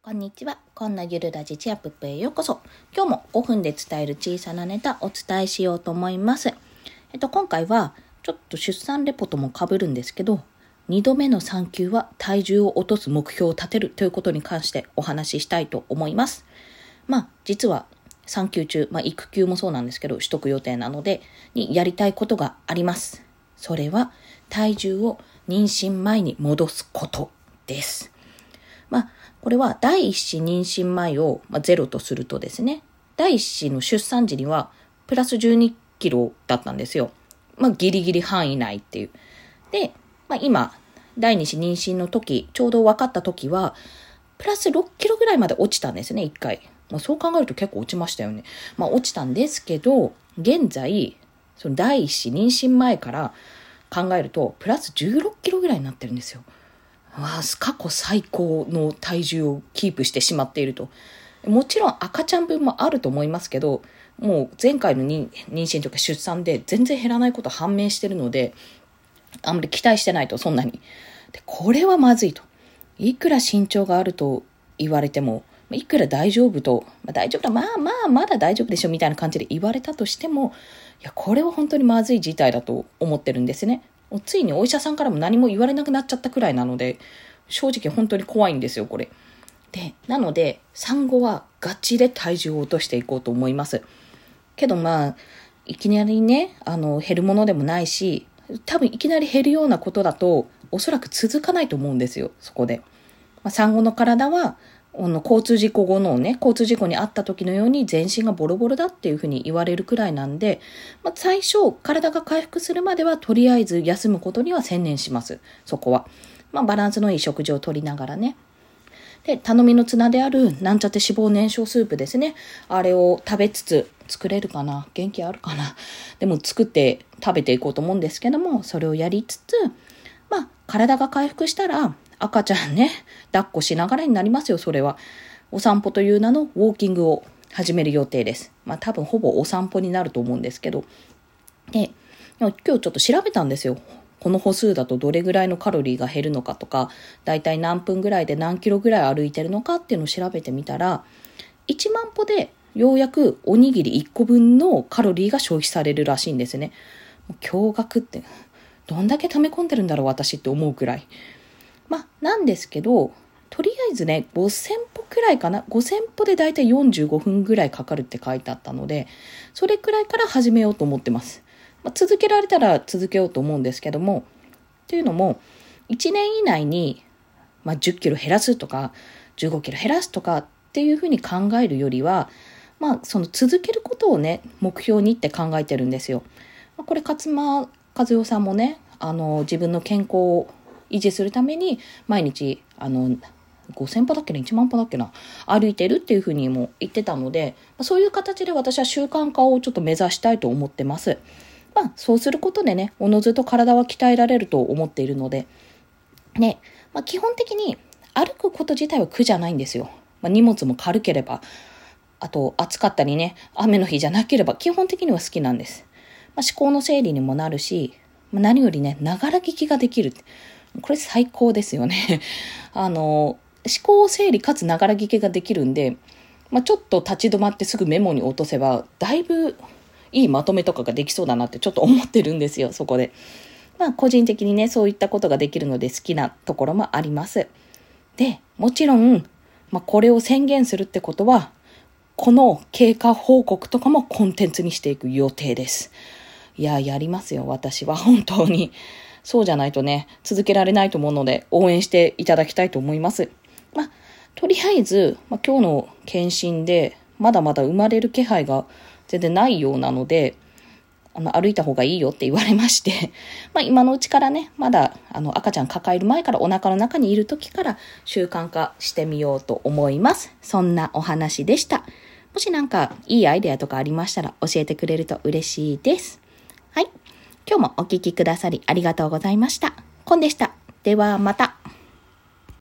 こんにちは。こんなゆるラジチアップへようこそ。今日も5分で伝える小さなネタお伝えしようと思います。今回はちょっと出産レポとも被るんですけど、2度目の産休は体重を落とす目標を立てるということに関してお話ししたいと思います。実は産休中、育休もそうなんですけど、取得予定なので、やりたいことがあります。それは体重を妊娠前に戻すことです。これは第一子妊娠前をゼロとするとですね、第一子の出産時にはプラス12キロだったんですよ。ギリギリ範囲内っていう。で、今、第二子妊娠の時、ちょうど分かった時は、プラス6キロぐらいまで落ちたんですね、1回。そう考えると結構落ちましたよね。落ちたんですけど、現在、その第一子妊娠前から考えると、プラス16キロぐらいになってるんですよ。過去最高の体重をキープしてしまっていると。もちろん赤ちゃん分もあると思いますけど、もう前回の妊娠とか出産で全然減らないこと判明しているので、あんまり期待してないと、そんなに。で、これはまずいと。いくら身長があると言われても、いくら大丈夫と、大丈夫だ、まだ大丈夫でしょみたいな感じで言われたとしても、これは本当にまずい事態だと思ってるんですね。ついにお医者さんからも何も言われなくなっちゃったくらいなので、正直本当に怖いんですよ、これ。で、なので、産後はガチで体重を落としていこうと思います。けどいきなりね、減るものでもないし、多分いきなり減るようなことだと、おそらく続かないと思うんですよ、そこで。産後の体は、交通事故後のね、交通事故に遭った時のように全身がボロボロだっていうふうに言われるくらいなんで、最初、体が回復するまではとりあえず休むことには専念します。そこは。バランスのいい食事をとりながらね。で、頼みの綱であるなんちゃって脂肪燃焼スープですね。あれを食べつつ、作れるかな？元気あるかな？でも作って食べていこうと思うんですけども、それをやりつつ、体が回復したら、赤ちゃんね、抱っこしながらになりますよ、それは。お散歩という名のウォーキングを始める予定です。多分ほぼお散歩になると思うんですけど。で、今日ちょっと調べたんですよ。この歩数だとどれぐらいのカロリーが減るのかとか、だいたい何分ぐらいで何キロぐらい歩いてるのかっていうのを調べてみたら、1万歩でようやくおにぎり1個分のカロリーが消費されるらしいんですね。驚愕って、どんだけ溜め込んでるんだろう私って思うくらい。なんですけど、とりあえずね、5000歩くらいかな。5000歩でだいたい45分ぐらいかかるって書いてあったので、それくらいから始めようと思ってます。続けられたら続けようと思うんですけども、というのも、1年以内に、10キロ減らすとか、15キロ減らすとかっていうふうに考えるよりは、その続けることをね、目標にって考えてるんですよ。これ、勝間和代さんもね、自分の健康を維持するために毎日5000歩だっけな1万歩だっけな歩いてるっていうふうにも言ってたので、そういう形で私は習慣化をちょっと目指したいと思ってます。そうすることでね、おのずと体は鍛えられると思っているのでね、基本的に歩くこと自体は苦じゃないんですよ。荷物も軽ければ、あと暑かったりね、雨の日じゃなければ基本的には好きなんです。思考の整理にもなるし、何よりね、ながら聞きができる。これ最高ですよね。思考整理かつながら聞きができるんで、ちょっと立ち止まってすぐメモに落とせば、だいぶいいまとめとかができそうだなってちょっと思ってるんですよ、そこで。個人的にね、そういったことができるので好きなところもあります。で、もちろん、これを宣言するってことは、この経過報告とかもコンテンツにしていく予定です。やりますよ、私は本当に。そうじゃないとね、続けられないと思うので、応援していただきたいと思います。とりあえず、今日の検診で、まだまだ生まれる気配が全然ないようなので、歩いた方がいいよって言われまして、今のうちからね、まだ赤ちゃん抱える前からお腹の中にいる時から習慣化してみようと思います。そんなお話でした。もしなんかいいアイデアとかありましたら教えてくれると嬉しいです。はい。今日もお聞きくださりありがとうございました。コンでした。ではまた。